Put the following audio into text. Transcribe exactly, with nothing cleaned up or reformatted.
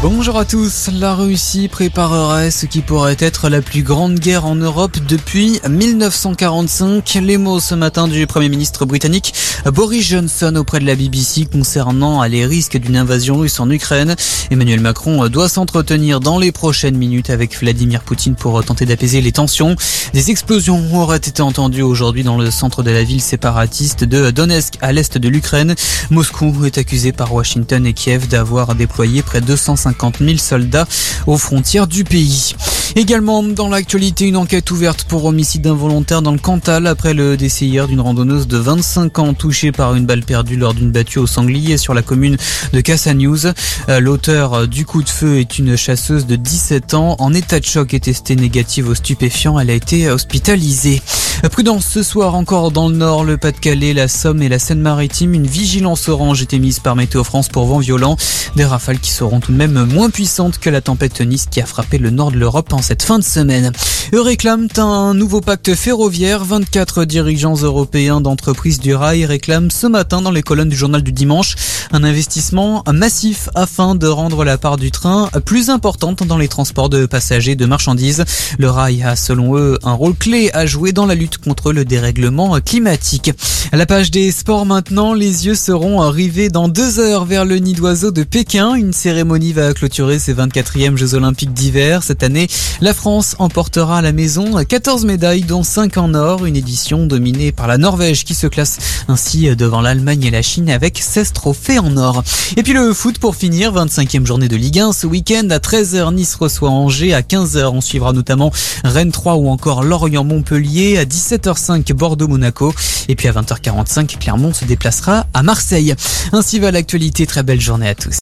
Bonjour à tous. La Russie préparerait ce qui pourrait être la plus grande guerre en Europe depuis mille neuf cent quarante-cinq. Les mots ce matin du Premier ministre britannique Boris Johnson auprès de la B B C concernant les risques d'une invasion russe en Ukraine. Emmanuel Macron doit s'entretenir dans les prochaines minutes avec Vladimir Poutine pour tenter d'apaiser les tensions. Des explosions auraient été entendues aujourd'hui dans le centre de la ville séparatiste de Donetsk à l'est de l'Ukraine. Moscou est accusé par Washington et Kiev d'avoir déployé près de deux cent cinquante mille soldats aux frontières du pays. Également dans l'actualité, une enquête ouverte pour homicide involontaire dans le Cantal après le décès hier d'une randonneuse de vingt-cinq ans touchée par une balle perdue lors d'une battue au sanglier sur la commune de Cassanews. L'auteur du coup de feu est une chasseuse de dix-sept ans en état de choc et testée négative aux stupéfiants. Elle a été hospitalisée. Prudence ce soir encore dans le nord, le Pas-de-Calais, la Somme et la Seine-Maritime. Une vigilance orange est émise par Météo France pour vents violents. Des rafales qui seront tout de même moins puissantes que la tempête Nice qui a frappé le nord de l'Europe en cette fin de semaine. Eux réclament un nouveau pacte ferroviaire. vingt-quatre dirigeants européens d'entreprises du rail réclament ce matin dans les colonnes du journal du dimanche un investissement massif afin de rendre la part du train plus importante dans les transports de passagers et de marchandises. Le rail a selon eux un rôle clé à jouer dans la lutte contre le dérèglement climatique. À la page des sports maintenant, les yeux seront rivés dans deux heures vers le nid d'oiseaux de Pékin. Une cérémonie va clôturer ses vingt-quatrièmes Jeux Olympiques d'hiver. Cette année, la France emportera à la maison quatorze médailles, dont cinq en or. Une édition dominée par la Norvège qui se classe ainsi devant l'Allemagne et la Chine avec seize trophées en or. Et puis le foot pour finir, vingt-cinquième journée de Ligue un ce week-end. À treize heures, Nice reçoit Angers. À quinze heures, on suivra notamment Rennes trois ou encore Lorient-Montpellier. À dix-sept heures cinq, Bordeaux-Monaco. Et puis à vingt heures quarante-cinq, Clermont se déplacera à Marseille. Ainsi va l'actualité. Très belle journée à tous.